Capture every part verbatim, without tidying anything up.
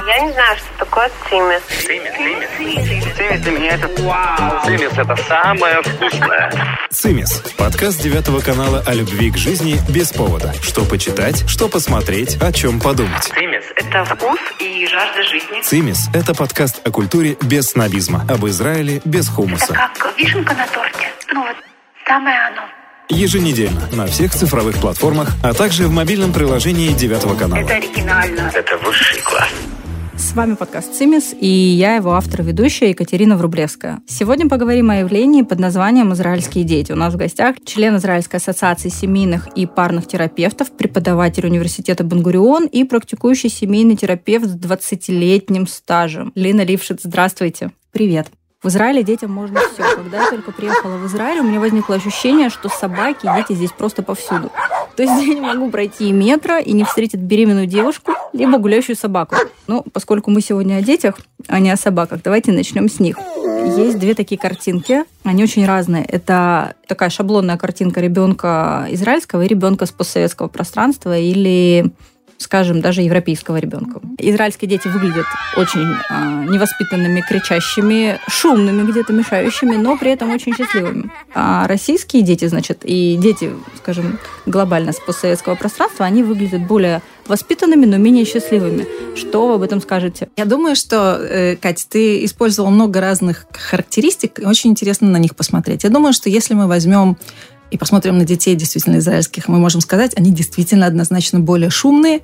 Я не знаю, что такое цимис. Цимис, цимис. Цимис для меня это вау. Цимис это самое вкусное. Цимис. Подкаст девятого канала о любви к жизни без повода. Что почитать, что посмотреть, о чем подумать. Цимис – это вкус и жажда жизни. Цимис – это подкаст о культуре без снобизма, об Израиле без хумуса. Это как вишенка на торте. Ну вот, самое оно. Еженедельно на всех цифровых платформах, а также в мобильном приложении девятого канала. Это оригинально. Это высший класс. С вами подкаст «Цимис» и я, его автор и ведущая Екатерина Врублевская. Сегодня поговорим о явлении под названием «Израильские дети». У нас в гостях член Израильской ассоциации семейных и парных терапевтов, преподаватель университета Бен-Гурион и практикующий семейный терапевт с двадцатилетним стажем. Лина Лившиц, здравствуйте. Привет. В Израиле детям можно все. Когда я только приехала в Израиль, у меня возникло ощущение, что собаки и дети здесь просто повсюду. То есть я не могу пройти и метро и не встретить беременную девушку, либо гуляющую собаку. Ну, поскольку мы сегодня о детях, а не о собаках, давайте начнем с них. Есть две такие картинки, они очень разные. Это такая шаблонная картинка ребенка израильского и ребенка с постсоветского пространства или, скажем, даже европейского ребенка. Израильские дети выглядят очень э, невоспитанными, кричащими, шумными, где-то мешающими, но при этом очень счастливыми. А российские дети, значит, и дети, скажем, глобально с постсоветского пространства, они выглядят более воспитанными, но менее счастливыми. Что вы об этом скажете? Я думаю, что, э, Катя, ты использовала много разных характеристик, и очень интересно на них посмотреть. Я думаю, что если мы возьмем и посмотрим на детей действительно израильских, мы можем сказать, они действительно однозначно более шумные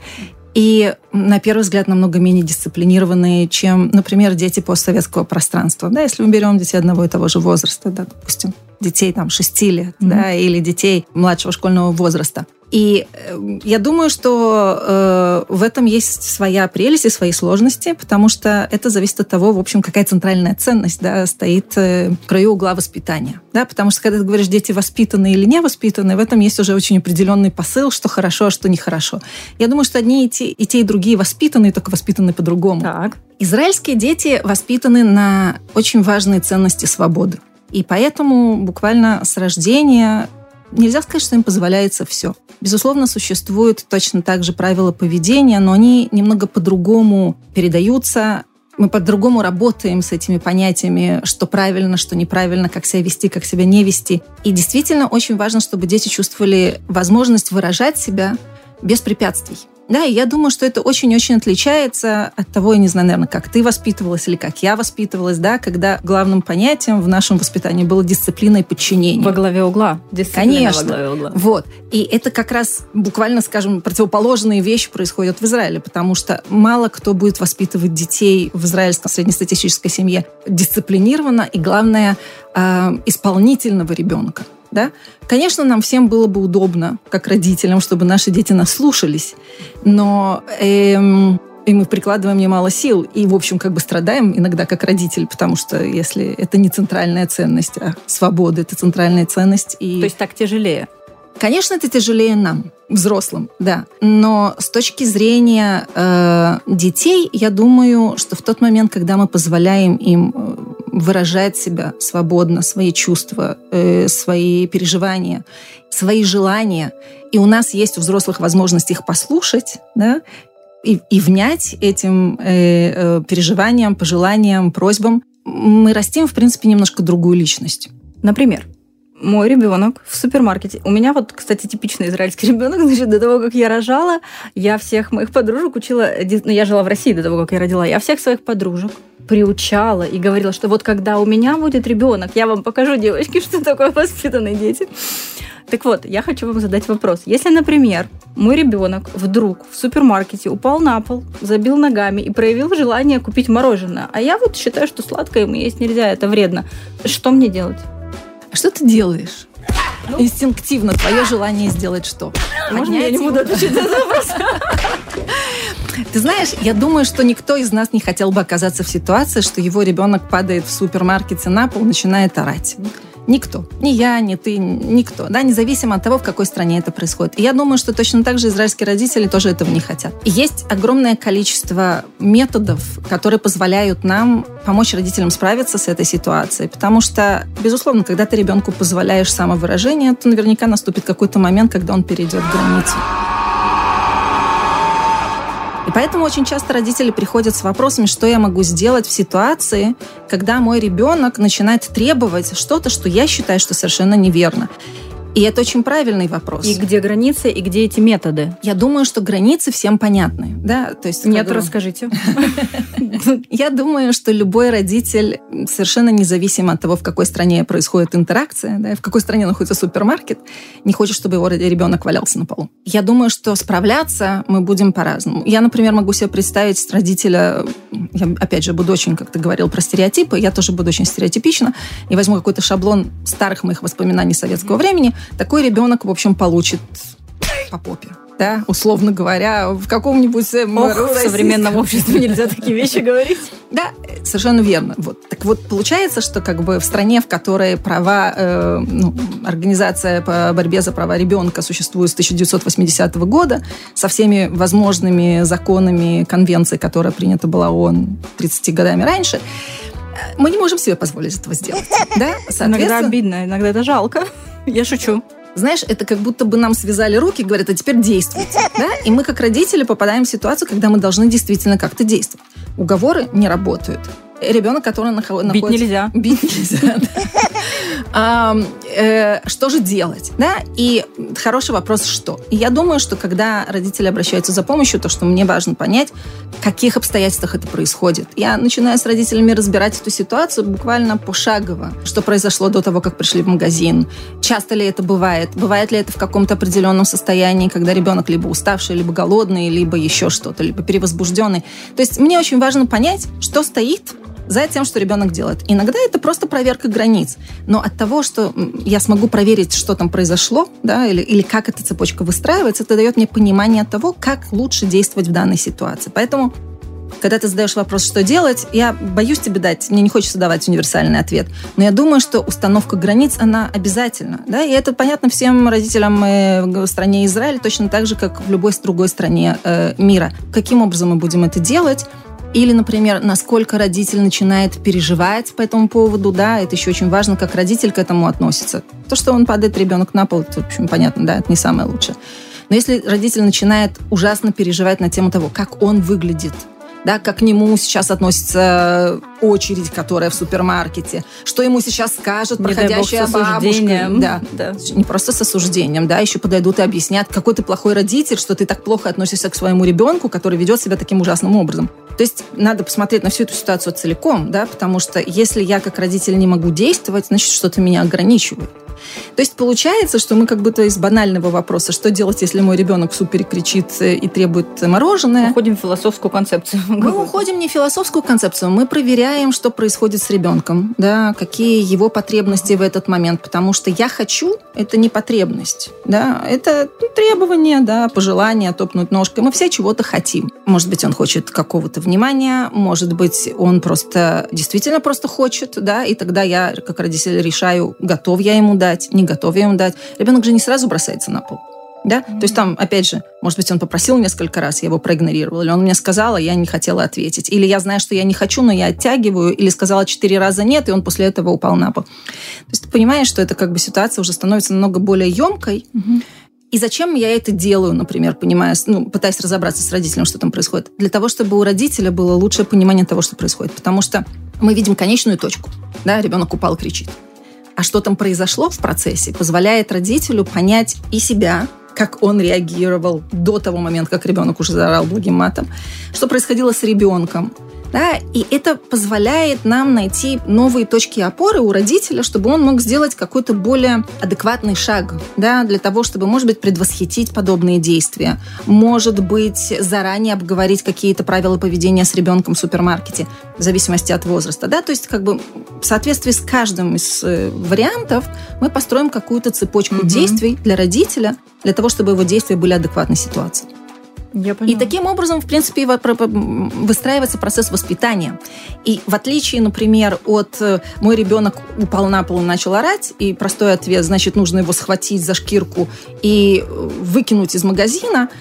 и, на первый взгляд, намного менее дисциплинированные, чем, например, дети постсоветского пространства. Да, если мы берем детей одного и того же возраста, да, допустим, детей там, шести лет, mm-hmm. да, или детей младшего школьного возраста. И э, я думаю, что э, в этом есть своя прелесть и свои сложности, потому что это зависит от того, в общем, какая центральная ценность, да, стоит э, в краю угла воспитания. Да? Потому что, когда ты говоришь, дети воспитанные или невоспитанные, в этом есть уже очень определенный посыл, что хорошо, а что нехорошо. Я думаю, что одни и те, и те, и другие воспитанные, только воспитаны по-другому. Так. Израильские дети воспитаны на очень важные ценности свободы. И поэтому буквально с рождения нельзя сказать, что им позволяется все. Безусловно, существуют точно так же правила поведения, но они немного по-другому передаются. Мы по-другому работаем с этими понятиями, что правильно, что неправильно, как себя вести, как себя не вести. И действительно очень важно, чтобы дети чувствовали возможность выражать себя без препятствий. Да, и я думаю, что это очень-очень отличается от того, я не знаю, наверное, как ты воспитывалась или как я воспитывалась, да, когда главным понятием в нашем воспитании была дисциплина и подчинение. Во главе угла. Дисциплина Конечно. Во главе угла. Вот. И это как раз буквально, скажем, противоположные вещи происходят в Израиле, потому что мало кто будет воспитывать детей в израильской среднестатистической семье дисциплинированно и, главное, исполнительного ребенка. Да? Конечно, нам всем было бы удобно, как родителям, чтобы наши дети нас слушались, но эм, и мы прикладываем немало сил и, в общем, как бы страдаем иногда как родитель, потому что если это не центральная ценность, а свобода – это центральная ценность. И... То есть так тяжелее? Конечно, это тяжелее нам, взрослым, да. Но с точки зрения э, детей, я думаю, что в тот момент, когда мы позволяем им выражать себя свободно, свои чувства, э, свои переживания, свои желания, и у нас есть у взрослых возможность их послушать, да, и, и внять этим э, э, переживаниям, пожеланиям, просьбам, мы растим, в принципе, немножко другую личность. Например? Мой ребенок в супермаркете. У меня вот, кстати, типичный израильский ребенок. Значит, до того, как я рожала, я всех моих подружек учила... Ну, я жила в России до того, как я родила. Я всех своих подружек приучала и говорила, что вот когда у меня будет ребенок, я вам покажу, девочки, что такое воспитанные дети. Так вот, я хочу вам задать вопрос. Если, например, мой ребенок вдруг в супермаркете упал на пол, забил ногами и проявил желание купить мороженое, а я вот считаю, что сладкое ему есть нельзя, это вредно, что мне делать? А что ты делаешь? Ну, инстинктивно твое желание сделать что? Можно я не буду отвечать на этот вопрос? Ты знаешь, я думаю, что никто из нас не хотел бы оказаться в ситуации, что его ребенок падает в супермаркете на пол, начинает орать. Никто. Ни я, ни ты, никто. Да, независимо от того, в какой стране это происходит. И я думаю, что точно так же израильские родители тоже этого не хотят. И есть огромное количество методов, которые позволяют нам помочь родителям справиться с этой ситуацией. Потому что, безусловно, когда ты ребенку позволяешь самовыражение, то наверняка наступит какой-то момент, когда он перейдет границу. И поэтому очень часто родители приходят с вопросами, что я могу сделать в ситуации, когда мой ребенок начинает требовать что-то, что я считаю, что совершенно неверно. И это очень правильный вопрос. И где границы, и где эти методы? Я думаю, что границы всем понятны. Да? То есть, Нет, как... расскажите. Я думаю, что любой родитель, совершенно независимо от того, в какой стране происходит интеракция, да, в какой стране находится супермаркет, не хочет, чтобы его ребенок валялся на полу. Я думаю, что справляться мы будем по-разному. Я, например, могу себе представить родителя, я, опять же, буду очень, как ты говорил, про стереотипы, я тоже буду очень стереотипична, и возьму какой-то шаблон старых моих воспоминаний советского времени. Такой ребенок, в общем, получит по попе. Да, условно говоря, в каком-нибудь... Ох, в современном обществе нельзя такие вещи говорить. Да, совершенно верно. Вот. Так вот, получается, что как бы в стране, в которой права, э, ну, организация по борьбе за права ребенка существует с тысяча девятьсот восьмидесятого года, со всеми возможными законами конвенции, которая принята была ООН тридцатью годами раньше, мы не можем себе позволить этого сделать. Да? Иногда обидно, иногда это жалко. Я шучу. Знаешь, это как будто бы нам связали руки и говорят, а теперь действуйте. Да? И мы, как родители, попадаем в ситуацию, когда мы должны действительно как-то действовать. Уговоры не работают. Ребенок, который находится... Бить нельзя. Бить нельзя, да. Что же делать? Да? И хороший вопрос, что? И я думаю, что когда родители обращаются за помощью, то, что мне важно понять, в каких обстоятельствах это происходит. Я начинаю с родителями разбирать эту ситуацию буквально пошагово. Что произошло до того, как пришли в магазин? Часто ли это бывает? Бывает ли это в каком-то определенном состоянии, когда ребенок либо уставший, либо голодный, либо еще что-то, либо перевозбужденный? То есть мне очень важно понять, что стоит за тем, что ребенок делает. Иногда это просто проверка границ. Но от того, что я смогу проверить, что там произошло, да, или, или как эта цепочка выстраивается, это дает мне понимание того, как лучше действовать в данной ситуации. Поэтому, когда ты задаешь вопрос, что делать, я боюсь тебе дать, мне не хочется давать универсальный ответ, но я думаю, что установка границ, она обязательна. Да? И это понятно всем родителям в стране Израиль, точно так же, как в любой другой стране э, мира. Каким образом мы будем это делать? Или, например, насколько родитель начинает переживать по этому поводу, да, это еще очень важно, как родитель к этому относится. То, что он падает, ребенок на пол, это, в общем, понятно, да, это не самое лучшее. Но если родитель начинает ужасно переживать на тему того, как он выглядит, да, как к нему сейчас относится очередь, которая в супермаркете, что ему сейчас скажет проходящая бабушка. Да, да. Не просто с осуждением, да, еще подойдут и объяснят, какой ты плохой родитель, что ты так плохо относишься к своему ребенку, который ведет себя таким ужасным образом. То есть надо посмотреть на всю эту ситуацию целиком, да, потому что если я как родитель не могу действовать, значит, что-то меня ограничивает. То есть получается, что мы как будто из банального вопроса, что делать, если мой ребенок в супере кричит и требует мороженое. Уходим в философскую концепцию. Мы уходим не в философскую концепцию, мы проверяем, что происходит с ребенком, да, какие его потребности в этот момент, потому что я хочу, это не потребность, да, это требование, да, пожелание, топнуть ножкой. Мы все чего-то хотим. Может быть, он хочет какого-то внимания, может быть, он просто действительно просто хочет, да, и тогда я, как родитель, решаю, готов я ему дать, не готов я ему дать. Ребенок же не сразу бросается на пол. Да? Mm-hmm. То есть там, опять же, может быть, он попросил несколько раз, я его проигнорировала, или он мне сказал, а я не хотела ответить. Или я знаю, что я не хочу, но я оттягиваю, или сказала четыре раза нет, и он после этого упал на пол. То есть ты понимаешь, что это как бы ситуация уже становится намного более емкой. Mm-hmm. И зачем я это делаю, например, понимая, ну, пытаясь разобраться с родителем, что там происходит? Для того, чтобы у родителя было лучшее понимание того, что происходит. Потому что мы видим конечную точку. Да? Ребенок упал, кричит. А что там произошло в процессе, позволяет родителю понять и себя, как он реагировал до того момента, как ребенок уже заорал благим матом, что происходило с ребенком. Да? И это позволяет нам найти новые точки опоры у родителя, чтобы он мог сделать какой-то более адекватный шаг, да? Для того, чтобы, может быть, предвосхитить подобные действия, может быть, заранее обговорить какие-то правила поведения с ребенком в супермаркете, в зависимости от возраста. Да? То есть как бы в соответствии с каждым из вариантов мы построим какую-то цепочку mm-hmm. действий для родителя, для того, чтобы его действия были адекватной ситуации. Я поняла. И таким образом, в принципе, выстраивается процесс воспитания. И в отличие, например, от «мой ребенок упал на пол и начал орать», и простой ответ, значит, нужно его схватить за шкирку и выкинуть из магазина,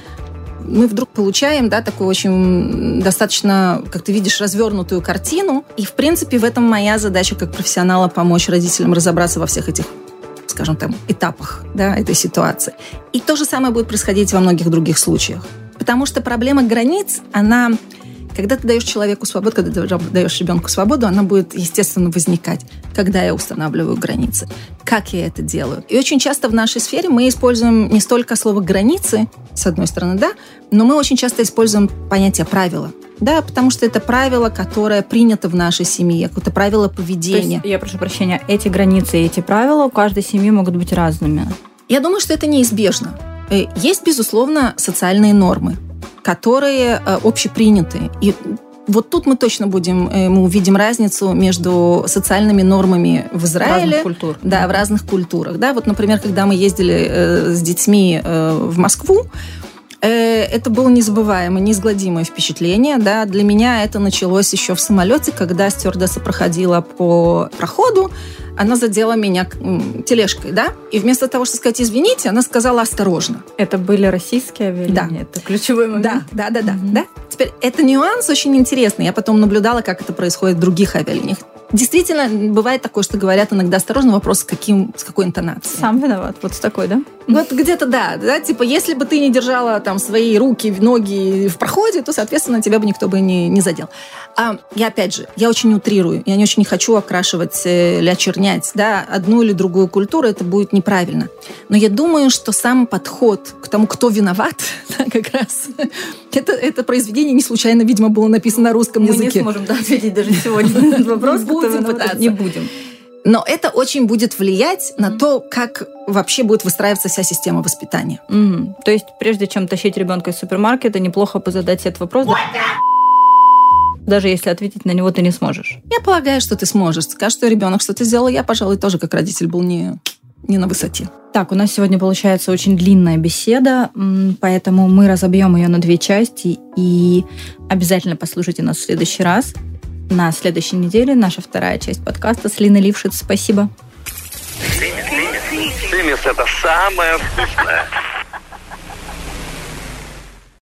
мы вдруг получаем, да, такую очень достаточно, как ты видишь, развернутую картину. И, в принципе, в этом моя задача как профессионала помочь родителям разобраться во всех этих, скажем, там, этапах, да, этой ситуации. И то же самое будет происходить во многих других случаях. Потому что проблема границ, она... Когда ты даешь человеку свободу, когда ты даешь ребенку свободу, она будет, естественно, возникать, когда я устанавливаю границы, как я это делаю. И очень часто в нашей сфере мы используем не столько слово «границы», с одной стороны, да, но мы очень часто используем понятие «правила». Да, потому что это правило, которое принято в нашей семье, какое-то правило поведения. То есть, я прошу прощения, эти границы и эти правила у каждой семьи могут быть разными? Я думаю, что это неизбежно. Есть, безусловно, социальные нормы, которые общеприняты. И вот тут мы точно будем, мы увидим разницу между социальными нормами в Израиле. В разных культурах. Да, в разных культурах. Да, вот, например, когда мы ездили с детьми в Москву, это было незабываемое, неизгладимое впечатление. Да. Для меня это началось еще в самолете, когда стюардесса проходила по проходу, она задела меня тележкой, да, и вместо того, чтобы сказать «извините», она сказала «осторожно». Это были российские авиалинии? Да. Это ключевой момент? Да, да, да, да, mm-hmm. да. Теперь, это нюанс очень интересный. Я потом наблюдала, как это происходит в других авиалиниях. Действительно, бывает такое, что говорят иногда осторожно, вопрос, с, каким, с какой интонацией. Сам виноват, вот с такой, да? Вот где-то да, да, типа, если бы ты не держала там свои руки, ноги в проходе, то, соответственно, тебя бы никто бы не, не задел. А я, опять же, я очень утрирую, я не очень не хочу окрашивать или очернять, да, одну или другую культуру, это будет неправильно. Но я думаю, что сам подход к тому, кто виноват, да, как раз, это, это произведение не случайно, видимо, было написано на русском Мы языке. Мы не сможем да, ответить даже сегодня на этот вопрос, будем пытаться. Не будем. Но это очень будет влиять на то, как вообще будет выстраиваться вся система воспитания. Mm-hmm. То есть, прежде чем тащить ребенка из супермаркета, неплохо бы задать себе этот вопрос. Даже если ответить на него ты не сможешь. Я полагаю, что ты сможешь. Скажешь, что ребенок что-то сделал, я, пожалуй, тоже как родитель был не, не на высоте. Так, у нас сегодня получается очень длинная беседа, поэтому мы разобьем ее на две части и обязательно послушайте нас в следующий раз. На следующей неделе наша вторая часть подкаста с Линой Лившиц. Спасибо. Цимис, Цимис, это самое вкусное.